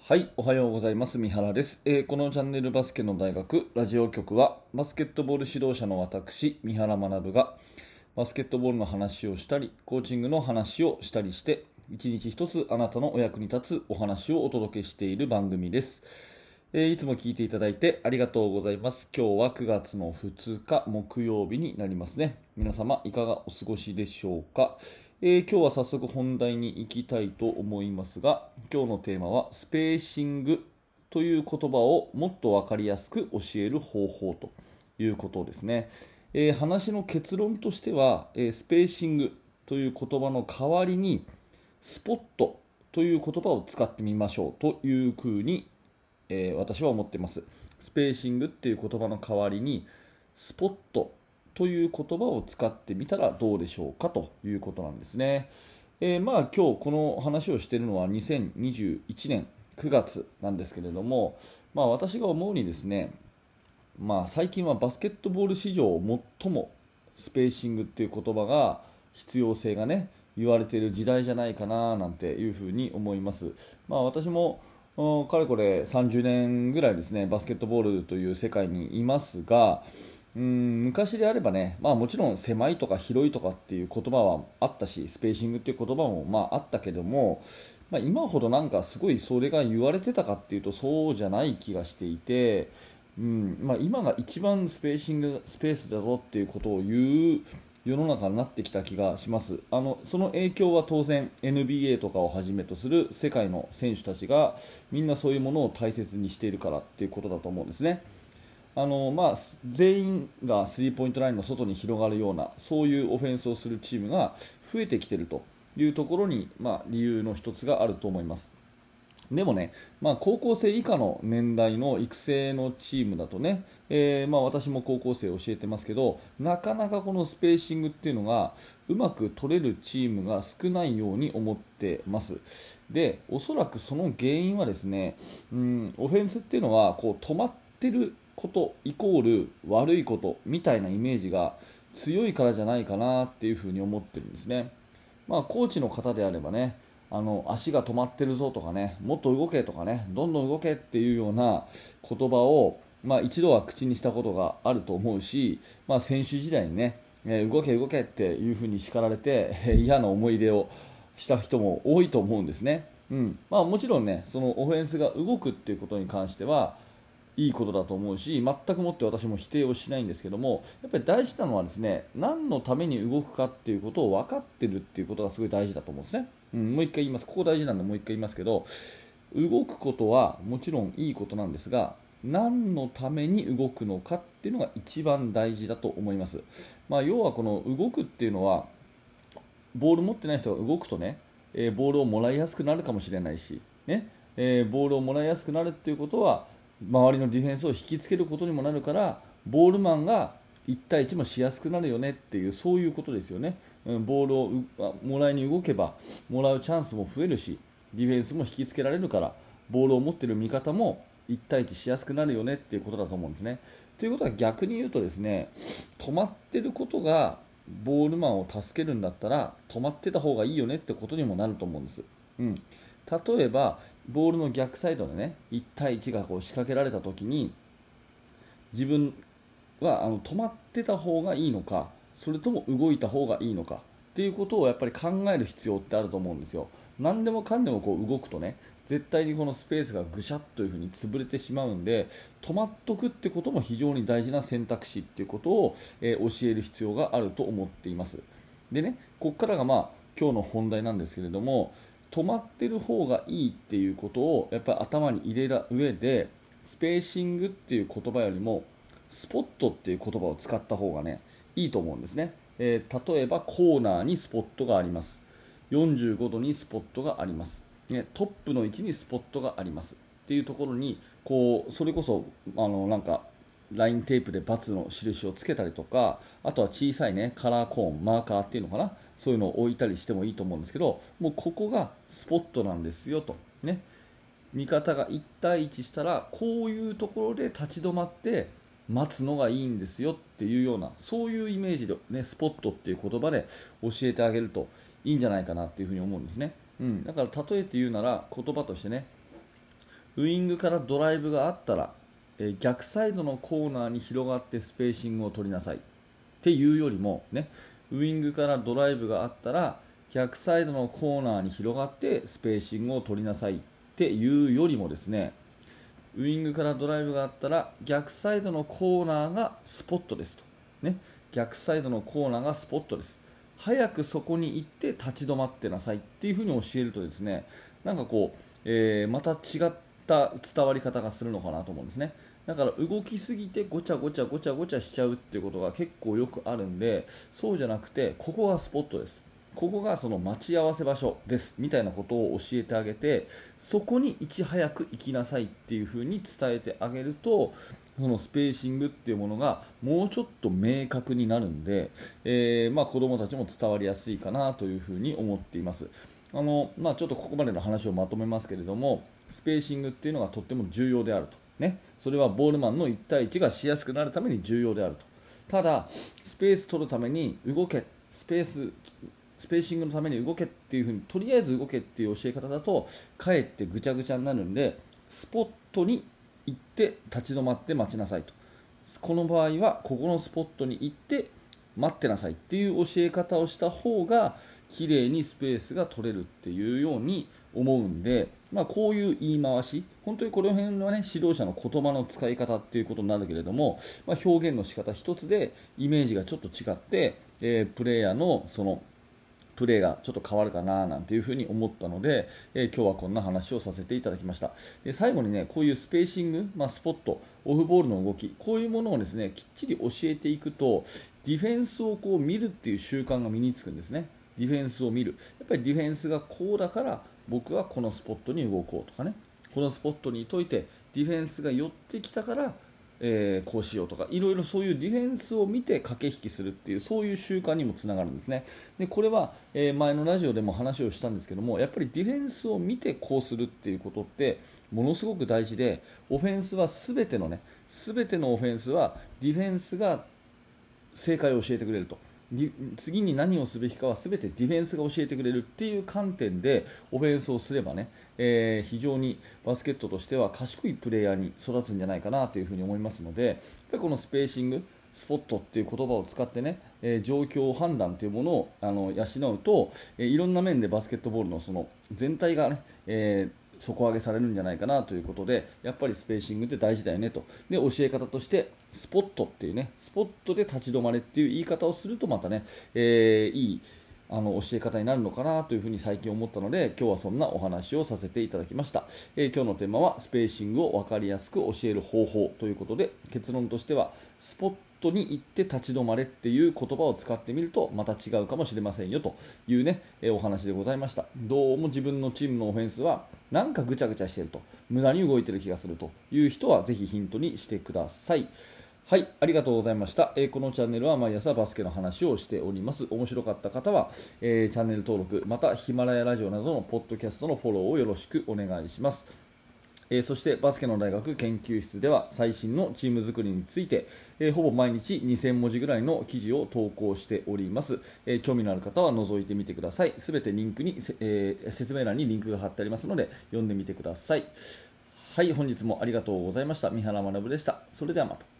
はい、おはようございます。三原です。このチャンネルバスケの大学ラジオ局はバスケットボール指導者の私、三原学がバスケットボールの話をしたり、コーチングの話をしたりして、一日一つあなたのお役に立つお話をお届けしている番組です。いつも聞いていただいてありがとうございます。今日は9月の2日木曜日になりますね。皆様いかがお過ごしでしょうか。今日は早速本題に行きたいと思いますが、今日のテーマはスペーシングという言葉をもっと分かりやすく教える方法ということですね。話の結論としては、スペーシングという言葉の代わりにスポットという言葉を使ってみましょうというふうに、私は思っています。スペーシングっていう言葉の代わりにスポットという言葉を使ってみたらどうでしょうかということなんですね。今日この話をしているのは2021年9月なんですけれども、私が思うにですね、最近はバスケットボール史上最もスペーシングっていう言葉が必要性がね言われている時代じゃないかななんていうふうに思います。私もかれこれ30年ぐらいですねバスケットボールという世界にいますが、昔であればね、もちろん狭いとか広いとかっていう言葉はあったし、スペーシングっていう言葉もあったけども、今ほどなんかすごいそれが言われてたかっていうとそうじゃない気がしていて、今が一番スペースだぞっていうことを言う世の中になってきた気がします。その影響は当然 NBA とかをはじめとする世界の選手たちがみんなそういうものを大切にしているからっていうことだと思うんですね。全員がスリーポイントラインの外に広がるようなそういうオフェンスをするチームが増えてきているというところに、理由の一つがあると思います。でもね、高校生以下の年代の育成のチームだとね、私も高校生を教えてますけど、なかなかこのスペーシングっていうのがうまく取れるチームが少ないように思ってます。で、おそらくその原因はですね、オフェンスっていうのはこう止まってることイコール悪いことみたいなイメージが強いからじゃないかなっていうふうに思ってるんですね。コーチの方であればね、足が止まってるぞとかね、もっと動けとかね、どんどん動けっていうような言葉を、一度は口にしたことがあると思うし、選手時代にね、動け動けっていうふうに叱られて嫌な思い出をした人も多いと思うんですね。もちろんね、そのオフェンスが動くっていうことに関してはいいことだと思うし、全くもって私も否定をしないんですけども、やっぱり大事なのはですね、何のために動くかっていうことを分かってるっていうことがすごい大事だと思うんですね。もう一回言います。ここ大事なんでもう一回言いますけど、動くことはもちろんいいことなんですが、何のために動くのかっていうのが一番大事だと思います。要はこの動くっていうのは、ボール持ってない人が動くとね、ボールをもらいやすくなるかもしれないし、ね、ボールをもらいやすくなるっていうことは周りのディフェンスを引きつけることにもなるからボールマンが1対1もしやすくなるよねっていうそういうことですよね。ボールをもらいに動けばもらうチャンスも増えるしディフェンスも引きつけられるからボールを持っている味方も1対1しやすくなるよねっていうことだと思うんですね。ということは逆に言うとですね、止まってることがボールマンを助けるんだったら止まってた方がいいよねってことにもなると思うんです。例えばボールの逆サイドでね1対1がこう仕掛けられた時に自分は止まってた方がいいのかそれとも動いた方がいいのかっていうことをやっぱり考える必要ってあると思うんですよ。何でもかんでもこう動くとね絶対にこのスペースがぐしゃっというふうに潰れてしまうんで止まっとくってことも非常に大事な選択肢っていうことを、教える必要があると思っています。でね、ここからが今日の本題なんですけれども、止まってる方がいいっていうことをやっぱり頭に入れた上でスペーシングっていう言葉よりもスポットっていう言葉を使った方がねいいと思うんですね。例えばコーナーにスポットがあります。45度にスポットがあります、トップの位置にスポットがありますっていうところにこうそれこそなんかラインテープで×の印をつけたりとか、あとは小さいねカラーコーンマーカーっていうのかな、そういうのを置いたりしてもいいと思うんですけど、もうここがスポットなんですよとね。味方が1対1したらこういうところで立ち止まって待つのがいいんですよっていうようなそういうイメージで、スポットっていう言葉で教えてあげるといいんじゃないかなっていうふうに思うんですね。だから例えて言うなら言葉としてね、 ウイングからドライブがあったら、逆サイドのコーナーに広がってスペーシングを取りなさいっていうよりもね、ウイングからドライブがあったら逆サイドのコーナーに広がってスペーシングを取りなさいっていうよりもですね、ウイングからドライブがあったら逆サイドのコーナーがスポットですと、ね、逆サイドのコーナーがスポットです、早くそこに行って立ち止まってなさいっていうふうに教えるとですね、なんかこう、また違った伝わり方がするのかなと思うんですね。だから動きすぎてごちゃごちゃごちゃごちゃしちゃうっていうことが結構よくあるんで、そうじゃなくてここがスポットです、ここがその待ち合わせ場所ですみたいなことを教えてあげて、そこにいち早く行きなさいっていう風に伝えてあげると、そのスペーシングっていうものがもうちょっと明確になるんで、子どもたちも伝わりやすいかなという風に思っています。ちょっとここまでの話をまとめますけれども、スペーシングっていうのがとっても重要であると、それはボールマンの1対1がしやすくなるために重要であると。ただスペース取るために動け、スペーシングのために動けっていう風に、とりあえず動けっていう教え方だとかえってぐちゃぐちゃになるんで、スポットに行って立ち止まって待ちなさいと、この場合はここのスポットに行って待ってなさいっていう教え方をした方が綺麗にスペースが取れるっていうように思うんで、こういう言い回し、本当にこの辺は、指導者の言葉の使い方っていうことになるけれども、表現の仕方一つでイメージがちょっと違って、プレイヤーのそのプレーがちょっと変わるかななんていうふうに思ったので、今日はこんな話をさせていただきました。で最後にこういうスペーシング、スポット、オフボールの動き、こういうものをですねきっちり教えていくと、ディフェンスをこう見るっていう習慣が身につくんですね。ディフェンスを見る、やっぱりディフェンスがこうだから僕はこのスポットに動こうとかね、このスポットにいといてディフェンスが寄ってきたからこうしようとか、いろいろそういうディフェンスを見て駆け引きするっていう、そういう習慣にもつながるんですね。でこれは、前のラジオでも話をしたんですけども、やっぱりディフェンスを見てこうするっていうことってものすごく大事で、オフェンスは全てのオフェンスはディフェンスが正解を教えてくれると、次に何をすべきかは全てディフェンスが教えてくれるっていう観点でオフェンスをすればね、非常にバスケットとしては賢いプレーヤーに育つんじゃないかなというふうに思いますので、やっぱりこのスペーシング、スポットっていう言葉を使ってね、状況判断というものを養うと、いろんな面でバスケットボールのその全体がね、底上げされるんじゃないかなということで、やっぱりスペーシングって大事だよねと。で教え方としてスポットっていうね、スポットで立ち止まれっていう言い方をするとまたね、いい教え方になるのかなというふうに最近思ったので、今日はそんなお話をさせていただきました。今日のテーマはスペーシングを分かりやすく教える方法ということで、結論としてはスポットに行って立ち止まれっていう言葉を使ってみるとまた違うかもしれませんよというね、お話でございました。どうも自分のチームのオフェンスはなんかぐちゃぐちゃしていると、無駄に動いている気がするという人はぜひヒントにしてください。はい、ありがとうございました。このチャンネルは毎朝バスケの話をしております。面白かった方は、チャンネル登録、またヒマラヤラジオなどのポッドキャストのフォローをよろしくお願いします。そしてバスケの大学研究室では最新のチーム作りについて、ほぼ毎日2000文字ぐらいの記事を投稿しております。興味のある方は覗いてみてください。すべてリンクに、説明欄にリンクが貼ってありますので読んでみてください。はい、本日もありがとうございました。三原学でした。それではまた。